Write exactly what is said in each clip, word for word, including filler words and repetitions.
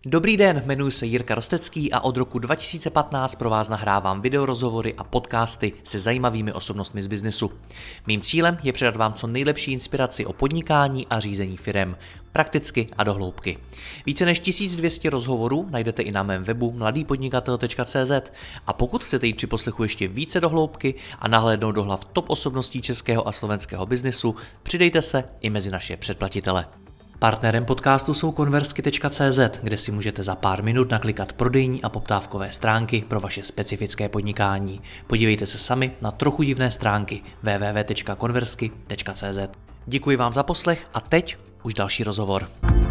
Dobrý den, jmenuji se Jirka Rostecký a od roku dva tisíce patnáct pro vás nahrávám videorozhovory a podcasty se zajímavými osobnostmi z biznesu. Mým cílem je předat vám co nejlepší inspiraci o podnikání a řízení firem, prakticky a do hloubky. Více než tisíc dvě stě rozhovorů najdete i na mém webu mladý podnikatel tečka cé zet a pokud chcete jít při poslechu ještě více do hloubky a nahlédnout do hlav top osobností českého a slovenského biznesu, přidejte se i mezi naše předplatitele. Partnerem podcastu jsou konversky tečka cé zet, kde si můžete za pár minut naklikat prodejní a poptávkové stránky pro vaše specifické podnikání. Podívejte se sami na trochu divné stránky w w w tečka konversky tečka cé zet. Děkuji vám za poslech a teď už další rozhovor.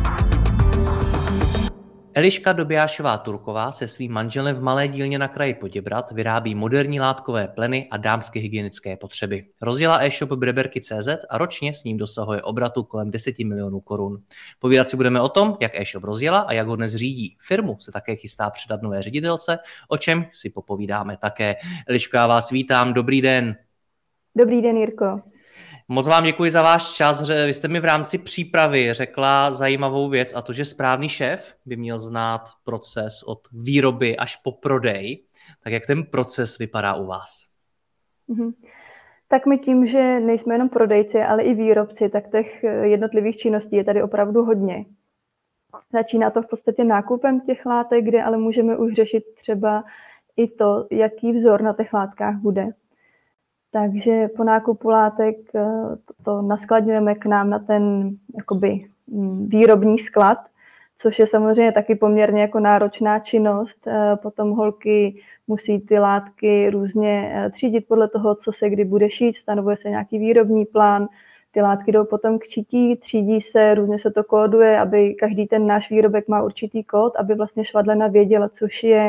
Eliška Dobijášová-Turková se svým manželem v malé dílně na kraji Poděbrad vyrábí moderní látkové pleny a dámské hygienické potřeby. Rozjela e-shop breberky tečka cé zet a ročně s ním dosahuje obratu kolem deset milionů korun. Povídat si budeme o tom, jak e-shop rozjela a jak ho dnes řídí. Firmu se také chystá předat nové ředitelce, o čem si popovídáme také. Eliško, já vás vítám, dobrý den. Dobrý den, Jirko. Moc vám děkuji za váš čas. Vy jste mi v rámci přípravy řekla zajímavou věc a to, že správný šéf by měl znát proces od výroby až po prodej. Tak jak ten proces vypadá u vás? Mhm. Tak my tím, že nejsme jenom prodejci, ale i výrobci, tak těch jednotlivých činností je tady opravdu hodně. Začíná to v podstatě nákupem těch látek, kde ale můžeme už řešit třeba i to, jaký vzor na těch látkách bude. Takže po nákupu látek to, to naskladňujeme k nám na ten jakoby výrobní sklad, což je samozřejmě taky poměrně jako náročná činnost. Potom holky musí ty látky různě třídit podle toho, co se kdy bude šít, stanovuje se nějaký výrobní plán, ty látky jdou potom k čití, třídí se, různě se to kóduje, aby každý ten náš výrobek má určitý kód, aby vlastně švadlena věděla, co šije.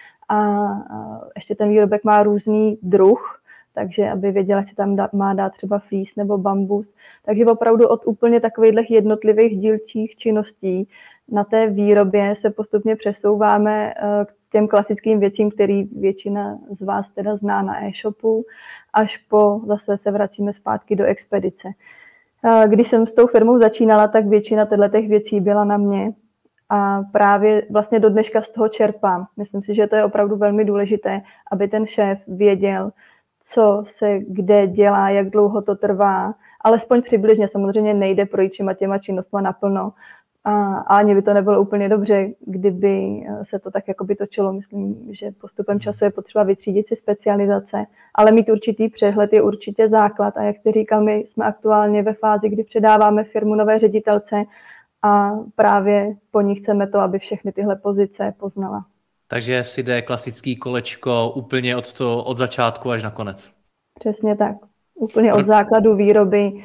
A ještě ten výrobek má různý druh, takže aby věděla, jestli tam má dát třeba flís nebo bambus. Takže opravdu od úplně takových jednotlivých dílčích činností na té výrobě se postupně přesouváme k těm klasickým věcím, který většina z vás teda zná na e-shopu, až po zase se vracíme zpátky do expedice. Když jsem s tou firmou začínala, tak většina těchto věcí byla na mě a právě vlastně do dneška z toho čerpám. Myslím si, že to je opravdu velmi důležité, aby ten šéf věděl, co se kde dělá, jak dlouho to trvá, alespoň přibližně, samozřejmě nejde projít všema těma činnostma naplno a, a ani by to nebylo úplně dobře, kdyby se to tak jakoby točilo. Myslím, že postupem času je potřeba vytřídit si specializace, ale mít určitý přehled je určitě základ a jak jste říkal, my jsme aktuálně ve fázi, kdy předáváme firmu nové ředitelce a právě po ní chceme to, aby všechny tyhle pozice poznala. Takže si jde klasický kolečko úplně od, to, od začátku až na konec. Přesně tak. Úplně od základu výroby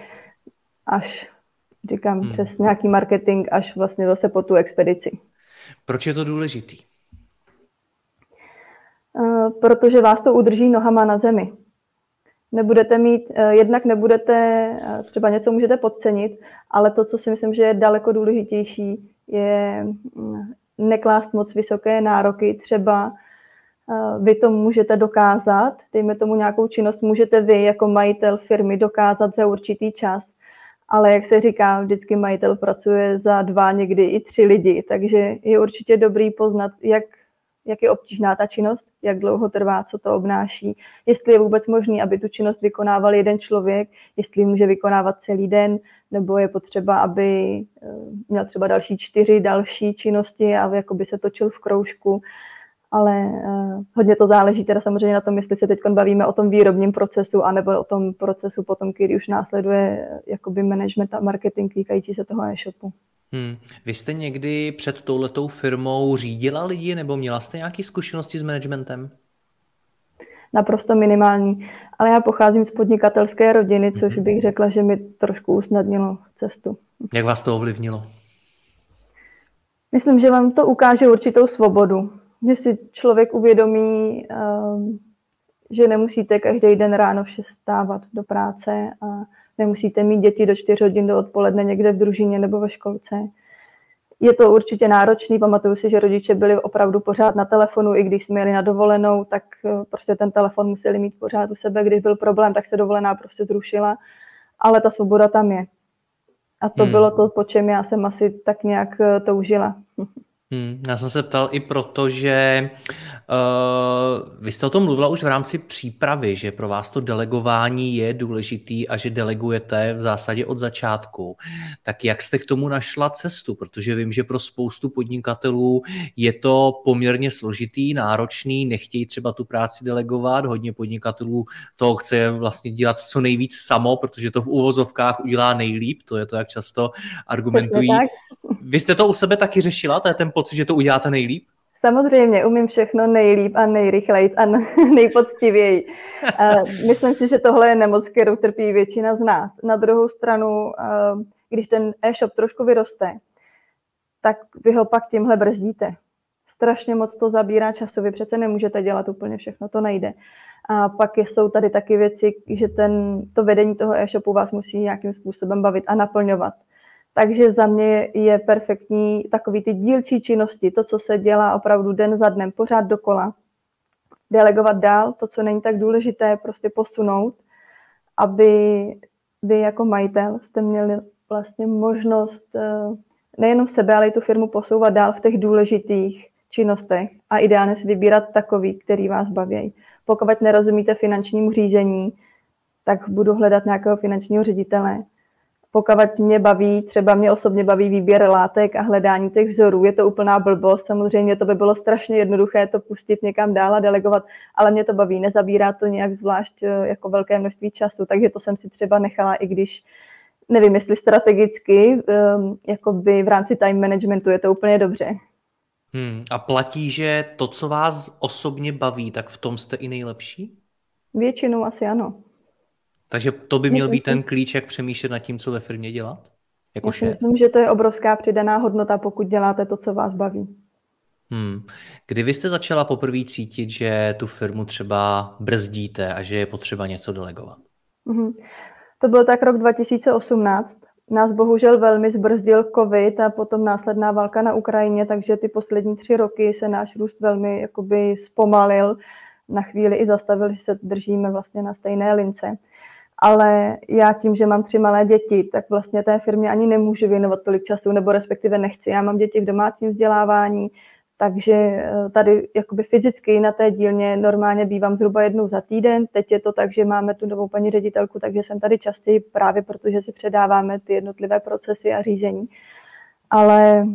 až, říkám, hmm. přes nějaký marketing, až vlastně zase po tu expedici. Proč je to důležitý? Uh, protože vás to udrží nohama na zemi. Nebudete mít, uh, jednak nebudete, uh, třeba něco můžete podcenit, ale to, co si myslím, že je daleko důležitější, je uh, neklást moc vysoké nároky, třeba vy to můžete dokázat, dejme tomu nějakou činnost, můžete vy jako majitel firmy dokázat za určitý čas, ale jak se říká, vždycky majitel pracuje za dva, někdy i tři lidi, takže je určitě dobrý poznat, jak, jak je obtížná ta činnost, jak dlouho trvá, co to obnáší, jestli je vůbec možný, aby tu činnost vykonával jeden člověk, jestli může vykonávat celý den, nebo je potřeba, aby měl třeba další čtyři další činnosti a jakoby se točil v kroužku. Ale uh, hodně to záleží teda samozřejmě na tom, jestli se teď bavíme o tom výrobním procesu, anebo o tom procesu potom, když už následuje jakoby management a marketing týkající se toho e-shopu. Hmm. Vy jste někdy před touhletou firmou řídila lidi, nebo měla jste nějaké zkušenosti s managementem? Naprosto minimální, ale já pocházím z podnikatelské rodiny, což bych řekla, že mi trošku usnadnilo cestu. Jak vás to ovlivnilo? Myslím, že vám to ukáže určitou svobodu, že si člověk uvědomí, že nemusíte každý den ráno vstávat do práce a nemusíte mít děti do čtyř hodin do odpoledne někde v družině nebo ve školce. Je to určitě náročný, pamatuju si, že rodiče byli opravdu pořád na telefonu, i když jsme jeli na dovolenou, tak prostě ten telefon museli mít pořád u sebe, když byl problém, tak se dovolená prostě zrušila, ale ta svoboda tam je. A to hmm. bylo to, po čem já jsem asi tak nějak toužila. Hmm, já jsem se ptal i proto, že uh, vy jste o tom mluvila už v rámci přípravy, že pro vás to delegování je důležitý a že delegujete v zásadě od začátku. Tak jak jste k tomu našla cestu? Protože vím, že pro spoustu podnikatelů je to poměrně složitý, náročný, nechtějí třeba tu práci delegovat, hodně podnikatelů to chce vlastně dělat co nejvíc samo, protože to v uvozovkách udělá nejlíp, to je to, jak často argumentují. Tak. Vy jste to u sebe taky řešila? To je ten pocit, že to uděláte nejlíp? Samozřejmě, umím všechno nejlíp a nejrychleji a nejpoctivěji. Myslím si, že tohle je nemoc, kterou trpí většina z nás. Na druhou stranu, když ten e-shop trošku vyroste, tak vy ho pak tímhle brzdíte. Strašně moc to zabírá času, vy přece nemůžete dělat úplně všechno, to nejde. A pak jsou tady taky věci, že ten, to vedení toho e-shopu vás musí nějakým způsobem bavit a naplňovat. Takže za mě je perfektní takový ty dílčí činnosti, to, co se dělá opravdu den za dnem, pořád dokola. Delegovat dál, to, co není tak důležité, prostě posunout, aby vy jako majitel jste měli vlastně možnost nejenom sebe, ale i tu firmu posouvat dál v těch důležitých činnostech a ideálně si vybírat takový, který vás baví. Pokud nerozumíte finančnímu řízení, tak budu hledat nějakého finančního ředitele. Pokud mě baví, třeba mě osobně baví výběr látek a hledání těch vzorů, je to úplná blbost, samozřejmě to by bylo strašně jednoduché to pustit někam dál a delegovat, ale mě to baví, nezabírá to nějak zvlášť jako velké množství času, takže to jsem si třeba nechala, i když nevím, jestli strategicky, jakoby v rámci time managementu je to úplně dobře. Hmm, a platí, že to, co vás osobně baví, tak v tom jste i nejlepší? Většinou asi ano. Takže to by měl být ten klíč, jak přemýšlet nad tím, co ve firmě dělat? Jako Já si myslím, že to je obrovská přidaná hodnota, pokud děláte to, co vás baví. Hmm. Kdy vy jste začala poprvé cítit, že tu firmu třeba brzdíte a že je potřeba něco delegovat? Mm-hmm. To byl tak rok dva tisíce osmnáct. Nás bohužel velmi zbrzdil covid a potom následná válka na Ukrajině, takže ty poslední tři roky se náš růst velmi jakoby zpomalil. Na chvíli i zastavil, že se držíme vlastně na stejné lince. Ale já tím, že mám tři malé děti, tak vlastně té firmě ani nemůžu věnovat tolik času, nebo respektive nechci. Já mám děti v domácím vzdělávání, takže tady jakoby fyzicky na té dílně normálně bývám zhruba jednou za týden. Teď je to tak, že máme tu novou paní ředitelku, takže jsem tady častěji právě, protože si předáváme ty jednotlivé procesy a řízení. Ale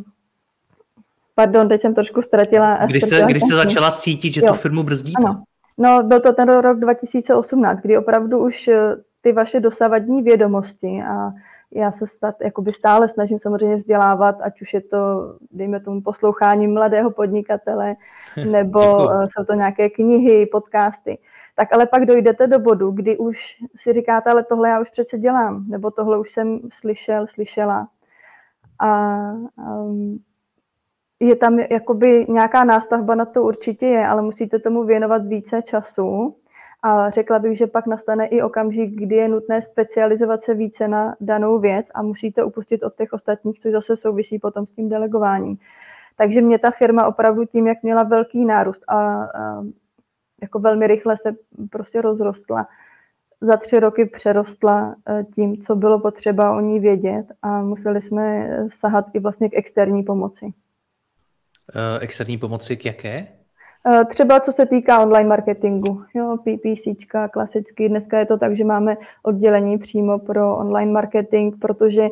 pardon, teď jsem trošku ztratila. Kdy jste, kdy jste začala cítit, že jo. tu firmu brzdíte? Ano. No, byl to ten rok dva tisíce osmnáct, kdy opravdu už ty vaše dosavadní vědomosti a já se stát, jakoby stále snažím samozřejmě vzdělávat, ať už je to, dejme tomu, poslouchání mladého podnikatele, nebo Děkuji. Jsou to nějaké knihy, podcasty. Tak ale pak dojdete do bodu, kdy už si říkáte, ale tohle já už přece dělám, nebo tohle už jsem slyšel, slyšela. A um, je tam jakoby nějaká nástavba na to určitě je, ale musíte tomu věnovat více času. A řekla bych, že pak nastane i okamžik, kdy je nutné specializovat se více na danou věc a musíte upustit od těch ostatních, což zase souvisí potom s tím delegováním. Takže mě ta firma opravdu tím, jak měla velký nárůst a, a jako velmi rychle se prostě rozrostla, za tři roky přerostla tím, co bylo potřeba o ní vědět a museli jsme sahat i vlastně k externí pomoci. Uh, externí pomoci k jaké? Třeba co se týká online marketingu, jo, PPCčka klasicky. Dneska je to tak, že máme oddělení přímo pro online marketing, protože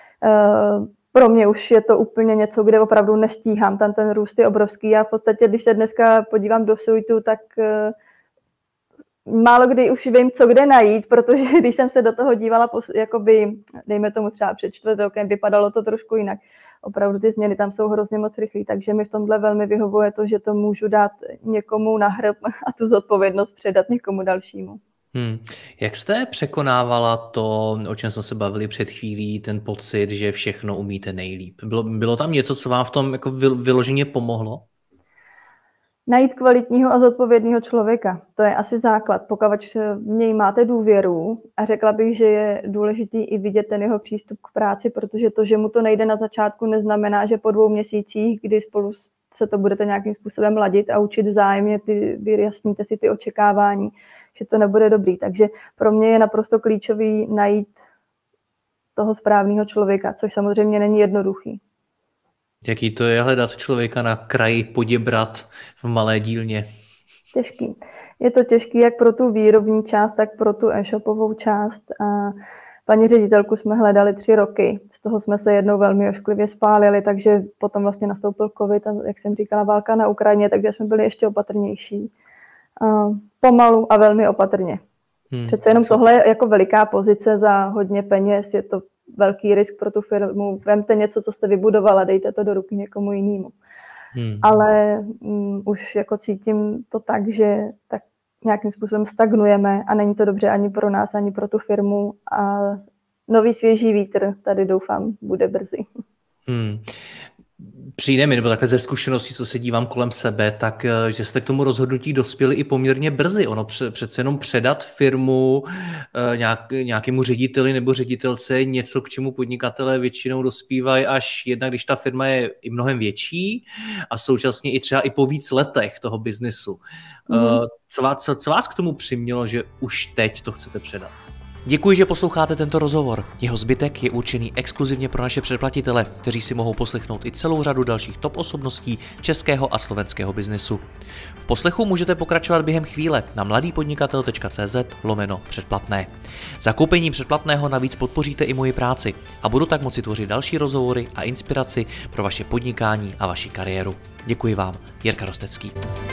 uh, pro mě už je to úplně něco, kde opravdu nestíhám. Tam ten růst je obrovský. Já v podstatě, když se dneska podívám do Suitu, tak uh, málo kdy už vím, co kde najít, protože když jsem se do toho dívala, jakoby, dejme tomu třeba před čtvrt rokem, vypadalo to trošku jinak. Opravdu ty změny tam jsou hrozně moc rychlé, takže mi v tomhle velmi vyhovuje to, že to můžu dát někomu na hrb a tu zodpovědnost předat někomu dalšímu. Hmm. Jak jste překonávala to, o čem jsme se bavili před chvílí, ten pocit, že všechno umíte nejlíp? Bylo, bylo tam něco, co vám v tom jako vyloženě pomohlo? Najít kvalitního a zodpovědného člověka. To je asi základ. Pokud v něj máte důvěru a řekla bych, že je důležitý i vidět ten jeho přístup k práci, protože to, že mu to nejde na začátku, neznamená, že po dvou měsících, kdy spolu se to budete nějakým způsobem ladit a učit vzájemně, ty, vyjasníte si ty očekávání, že to nebude dobrý. Takže pro mě je naprosto klíčový najít toho správného člověka, což samozřejmě není jednoduchý. Jaký to je hledat člověka na kraji Poděbrad v malé dílně? Těžký. Je to těžký jak pro tu výrobní část, tak pro tu e-shopovou část. A paní ředitelku jsme hledali tři roky. Z toho jsme se jednou velmi ošklivě spálili, takže potom vlastně nastoupil covid a, jak jsem říkala, válka na Ukrajině, takže jsme byli ještě opatrnější. A pomalu a velmi opatrně. Hmm, Přece jenom co? Tohle je jako veliká pozice za hodně peněz, je to velký risk pro tu firmu. Vemte něco, co jste vybudovala, dejte to do ruky někomu jinému. Hmm. Ale um, už jako cítím to tak, že tak nějakým způsobem stagnujeme a není to dobře ani pro nás, ani pro tu firmu a nový svěží vítr tady doufám bude brzy. Hmm. Přijde mi, nebo takhle ze zkušeností, co se dívám kolem sebe, tak že jste k tomu rozhodnutí dospěli i poměrně brzy. Ono přece jenom předat firmu nějak, nějakému řediteli nebo ředitelce je něco, k čemu podnikatelé většinou dospívají až jednak, když ta firma je i mnohem větší a současně i třeba i po víc letech toho biznesu. Mm. Co vás, co, co vás k tomu přimělo, že už teď to chcete předat? Děkuji, že posloucháte tento rozhovor. Jeho zbytek je určený exkluzivně pro naše předplatitele, kteří si mohou poslechnout i celou řadu dalších top osobností českého a slovenského biznesu. V poslechu můžete pokračovat během chvíle na mladýpodnikatel tečka cé zet lomeno předplatné. Zakoupením předplatného navíc podpoříte i moji práci a budu tak moci tvořit další rozhovory a inspiraci pro vaše podnikání a vaši kariéru. Děkuji vám, Jirka Rostecký.